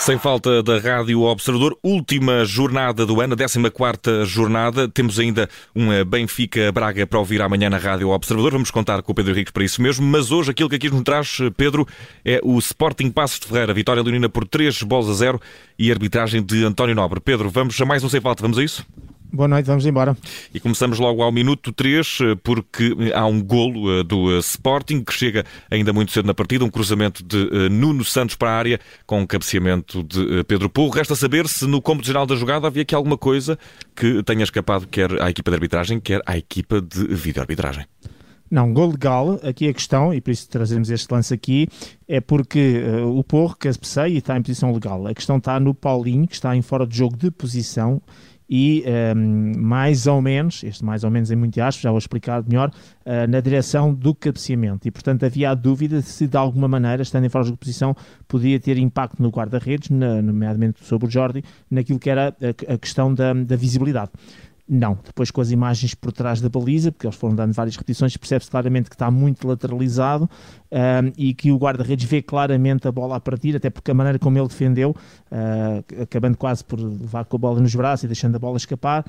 Sem falta da Rádio Observador, última jornada do ano, a 14ª jornada. Temos ainda um Benfica-Braga para ouvir amanhã na Rádio Observador. Vamos contar com o Pedro Henriques para isso mesmo. Mas hoje aquilo que aqui nos traz, Pedro, é o Sporting Paços de Ferreira. Vitória leonina por 3-0 e arbitragem de António Nobre. Pedro, vamos a mais um Sem Falta, vamos a isso? Boa noite, vamos embora. E começamos logo ao minuto 3, porque há um golo do Sporting, que chega ainda muito cedo na partida, um cruzamento de Nuno Santos para a área, com um cabeceamento de Pedro Porro. Resta saber se no cômputo geral da jogada havia aqui alguma coisa que tenha escapado, quer à equipa de arbitragem, quer à equipa de vídeo-arbitragem. Não, gol legal. Aqui a questão, e por isso trazemos este lance aqui, é porque o Porro cabeceia e está em posição legal. A questão está no Paulinho, que está em fora de jogo de posição, e mais ou menos, este mais ou menos em muito aspas, já vou explicar melhor, na direção do cabeceamento. E, portanto, havia a dúvida se de alguma maneira, estando em fora de posição, podia ter impacto no guarda-redes, nomeadamente sobre o Jordi, naquilo que era a questão da visibilidade. Não, depois com as imagens por trás da baliza, porque eles foram dando várias repetições, percebe-se claramente que está muito lateralizado e que o guarda-redes vê claramente a bola a partir, até porque a maneira como ele defendeu, acabando quase por levar com a bola nos braços e deixando a bola escapar,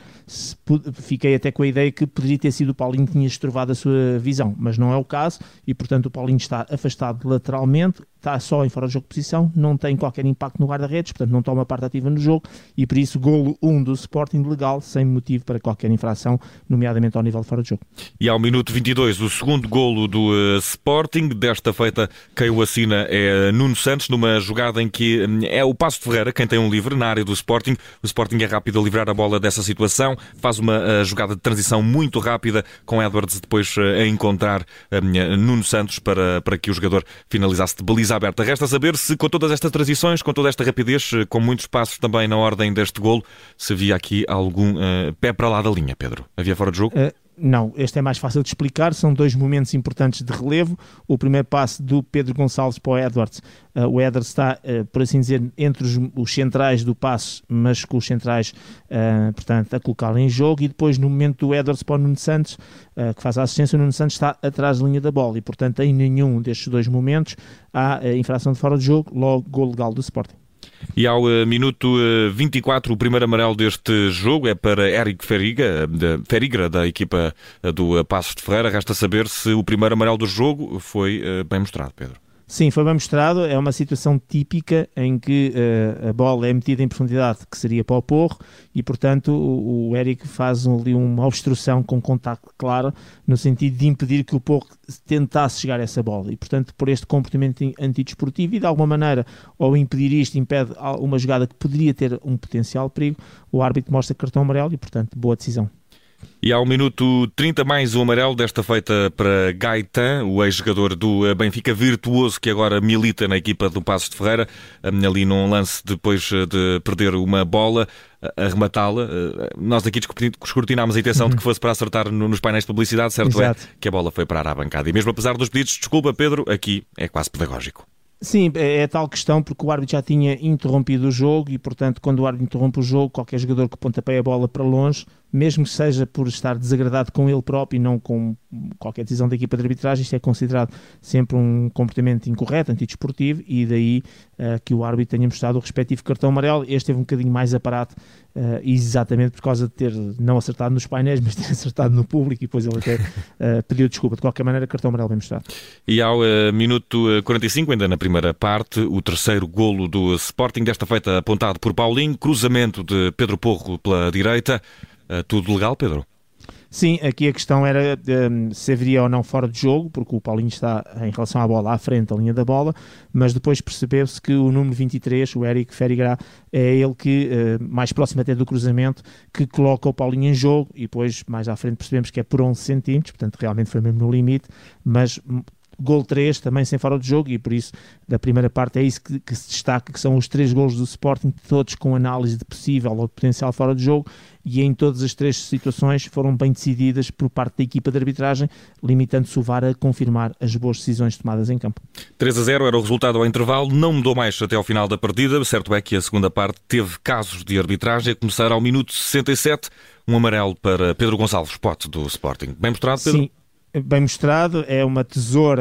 fiquei até com a ideia que poderia ter sido o Paulinho que tinha estrovado a sua visão, mas não é o caso e, portanto, o Paulinho está afastado lateralmente, está só em fora de jogo de posição, não tem qualquer impacto no guarda-redes, portanto não toma parte ativa no jogo e por isso golo 1 do Sporting legal, sem motivo para qualquer infração, nomeadamente ao nível de fora de jogo. E ao minuto 22, o segundo golo do Sporting, desta feita quem o assina é Nuno Santos, numa jogada em que é o Paços de Ferreira quem tem um livre na área do Sporting. O Sporting é rápido a livrar a bola dessa situação, faz uma jogada de transição muito rápida, com Edwards depois a encontrar Nuno Santos para que o jogador finalizasse de baliza aberta. Resta saber se com todas estas transições, com toda esta rapidez, com muitos passos também na ordem deste golo, se havia aqui algum pé para lá da linha, Pedro. Havia fora de jogo? Não, este é mais fácil de explicar, são dois momentos importantes de relevo. O primeiro passo do Pedro Gonçalves para o Edwards, o Edwards está, por assim dizer, entre os centrais do passo, mas com os centrais, portanto, a colocá-lo em jogo, e depois no momento do Edwards para o Nuno Santos, que faz a assistência, o Nuno Santos está atrás da linha da bola, e portanto em nenhum destes dois momentos há infração de fora de jogo, logo gol legal do Sporting. E ao minuto 24, o primeiro amarelo deste jogo é para Éric Ferigra, da equipa do Paços de Ferreira. Resta saber se o primeiro amarelo do jogo foi bem mostrado, Pedro. Sim, foi bem mostrado. É uma situação típica em que a bola é metida em profundidade, que seria para o Porro, e portanto o Éric faz ali uma obstrução com contacto claro, no sentido de impedir que o Porro tentasse chegar a essa bola. E portanto, por este comportamento antidesportivo e de alguma maneira, ao impedir isto, impede uma jogada que poderia ter um potencial perigo, o árbitro mostra cartão amarelo e portanto, boa decisão. E ao minuto 30, mais um amarelo, desta feita para Gaetan, o ex-jogador do Benfica, virtuoso, que agora milita na equipa do Paços de Ferreira, ali num lance depois de perder uma bola, a rematá-la. Nós aqui descortinámos a intenção de que fosse para acertar nos painéis de publicidade, certo? Exato. É que a bola foi parar à bancada. E mesmo apesar dos pedidos de desculpa, Pedro, aqui é quase pedagógico. Sim, é tal questão porque o árbitro já tinha interrompido o jogo e, portanto, quando o árbitro interrompe o jogo, qualquer jogador que pontapeie a bola para longe, mesmo que seja por estar desagradado com ele próprio e não com qualquer decisão da equipa de arbitragem, isto é considerado sempre um comportamento incorreto, antidesportivo, e daí que o árbitro tenha mostrado o respectivo cartão amarelo. Este teve um bocadinho mais aparato, exatamente por causa de ter não acertado nos painéis, mas ter acertado no público, e depois ele até pediu desculpa. De qualquer maneira, cartão amarelo bem mostrado. E ao minuto 45, ainda na primeira parte, o terceiro golo do Sporting, desta feita apontado por Paulinho, cruzamento de Pedro Porro pela direita. Tudo legal, Pedro? Sim, aqui a questão era se haveria ou não fora de jogo, porque o Paulinho está em relação à bola à frente da linha da bola, mas depois percebeu-se que o número 23, o Éric Ferigra, é ele que, mais próximo até do cruzamento, que coloca o Paulinho em jogo, e depois mais à frente percebemos que é por 11 centímetros, portanto realmente foi mesmo no limite, mas gol 3 também sem fora de jogo, e por isso da primeira parte é isso que se destaca, que são os 3 golos do Sporting, todos com análise de possível ou de potencial fora de jogo, e em todas as 3 situações foram bem decididas por parte da equipa de arbitragem, limitando-se o VAR a confirmar as boas decisões tomadas em campo. 3-0 era o resultado ao intervalo, não mudou mais até ao final da partida. Certo é que a segunda parte teve casos de arbitragem, a começar ao minuto 67, um amarelo para Pedro Gonçalves, pote do Sporting. Bem mostrado, Pedro? Sim. Bem mostrado, é uma tesoura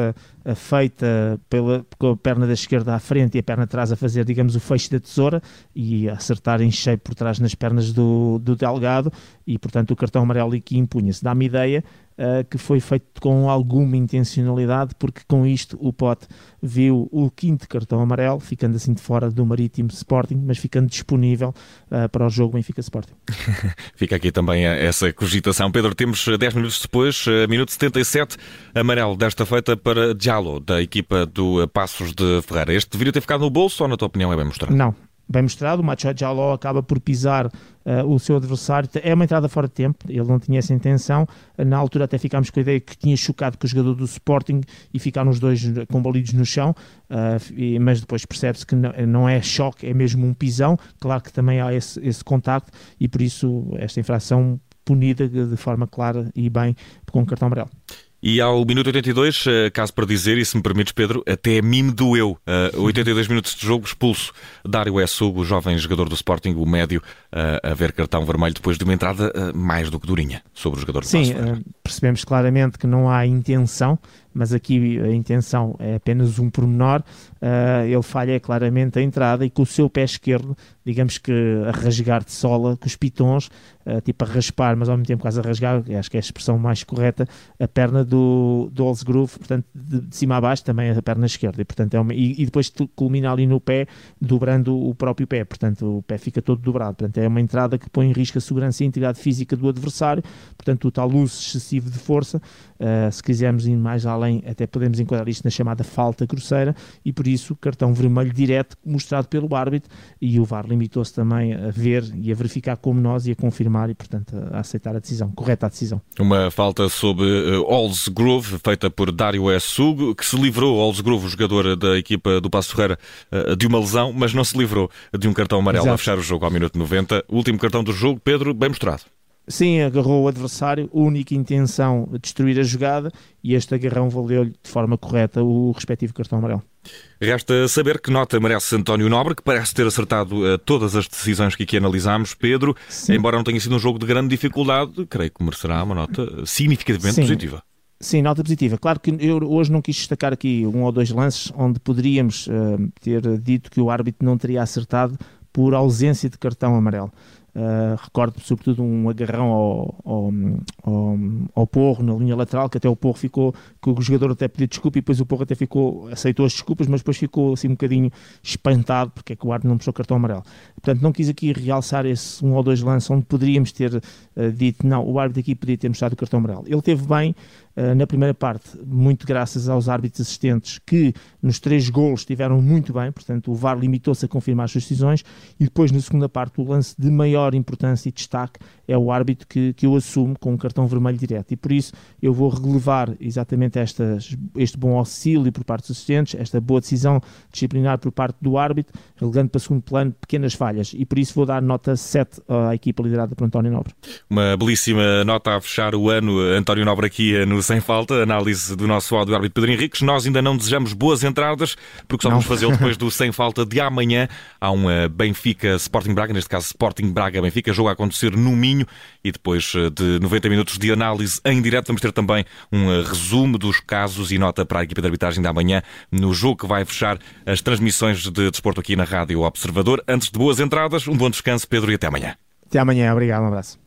feita com a perna da esquerda à frente e a perna de trás a fazer, digamos, o fecho da tesoura e a acertar em cheio por trás nas pernas do Delgado, e portanto o cartão amarelo aqui impunha-se. Dá-me ideia que foi feito com alguma intencionalidade, porque com isto o Pote viu o 5º cartão amarelo, ficando assim de fora do Marítimo Sporting, mas ficando disponível para o jogo Benfica Sporting. Fica aqui também essa cogitação. Pedro, temos 10 minutos depois, minuto 77, amarelo desta feita para Diallo, da equipa do Passos de Ferreira. Este deveria ter ficado no bolso ou, na tua opinião, é bem mostrado? Não. Bem mostrado, o Macho Diallo acaba por pisar o seu adversário. É uma entrada fora de tempo, ele não tinha essa intenção. Na altura até ficámos com a ideia que tinha chocado com o jogador do Sporting e ficaram os dois combalidos no chão, mas depois percebe-se que não é choque, é mesmo um pisão. Claro que também há esse contacto e por isso esta infração punida de forma clara e bem com um cartão amarelo. E ao minuto 82, caso para dizer, e se me permites, Pedro, até a mim me doeu. 82 minutos de jogo, expulso Dário Essugo, o jovem jogador do Sporting, o médio, a ver cartão vermelho depois de uma entrada mais do que durinha sobre o jogador do Passos Ferreira. Sim, percebemos claramente que não há intenção, mas aqui a intenção é apenas um pormenor. Ele falha claramente a entrada e com o seu pé esquerdo, digamos que a rasgar de sola, com os pitons, tipo a raspar, mas ao mesmo tempo quase a rasgar, acho que é a expressão mais correta, a perna do Olsgrove, portanto de cima a baixo também a perna esquerda, e, portanto, e depois culmina ali no pé, dobrando o próprio pé, portanto o pé fica todo dobrado, portanto é uma entrada que põe em risco a segurança e a integridade física do adversário, portanto o tal uso excessivo de força, se quisermos ir mais além, até podemos enquadrar isto na chamada falta grosseira, e por isso cartão vermelho direto mostrado pelo árbitro, e o VAR limitou-se também a ver e a verificar como nós e a confirmar e portanto a aceitar a decisão, correta a decisão. Uma falta sobre Olsgrove, feita por Dário Essugo, que se livrou, Olsgrove, o jogador da equipa do Passos Ferreira, de uma lesão, mas não se livrou de um cartão amarelo. Exato. A fechar o jogo ao minuto 90. O último cartão do jogo, Pedro, bem mostrado. Sim, agarrou o adversário, única intenção de destruir a jogada, e este agarrão valeu-lhe de forma correta o respectivo cartão amarelo. Resta saber que nota merece António Nobre, que parece ter acertado todas as decisões que aqui analisámos. Pedro, sim, embora não tenha sido um jogo de grande dificuldade, creio que merecerá uma nota significativamente positiva. Sim, nota positiva. Claro que eu hoje não quis destacar aqui um ou dois lances onde poderíamos ter dito que o árbitro não teria acertado por ausência de cartão amarelo. Recordo sobretudo um agarrão ao Porro na linha lateral, que até o Porro ficou, que o jogador até pediu desculpa e depois o Porro até aceitou as desculpas, mas depois ficou assim um bocadinho espantado porque é que o árbitro não mostrou cartão amarelo. Portanto, não quis aqui realçar esse um ou dois lances onde poderíamos ter dito, não, o árbitro aqui podia ter mostrado o cartão amarelo. Ele teve bem na primeira parte, muito graças aos árbitros assistentes que nos 3 golos estiveram muito bem, portanto o VAR limitou-se a confirmar as suas decisões, e depois na segunda parte o lance de maior importância e destaque é o árbitro que eu assumo com um cartão vermelho direto, e por isso eu vou relevar exatamente este bom auxílio por parte dos assistentes, esta boa decisão disciplinar por parte do árbitro, relegando para segundo plano pequenas falhas, e por isso vou dar nota 7 à equipa liderada por António Nobre. Uma belíssima nota a fechar o ano, António Nobre aqui no Sem Falta, análise do nosso áudio árbitro Pedro Henriques. Nós ainda não desejamos boas entradas, porque só vamos fazê-lo depois do Sem Falta de amanhã. Há um Benfica Sporting Braga, neste caso Sporting Braga-Benfica, jogo a acontecer no Minho, e depois de 90 minutos de análise em direto vamos ter também um resumo dos casos e nota para a equipa de arbitragem da manhã no jogo que vai fechar as transmissões de desporto aqui na Rádio Observador. Antes de boas entradas, um bom descanso, Pedro, e até amanhã. Até amanhã, obrigado, um abraço.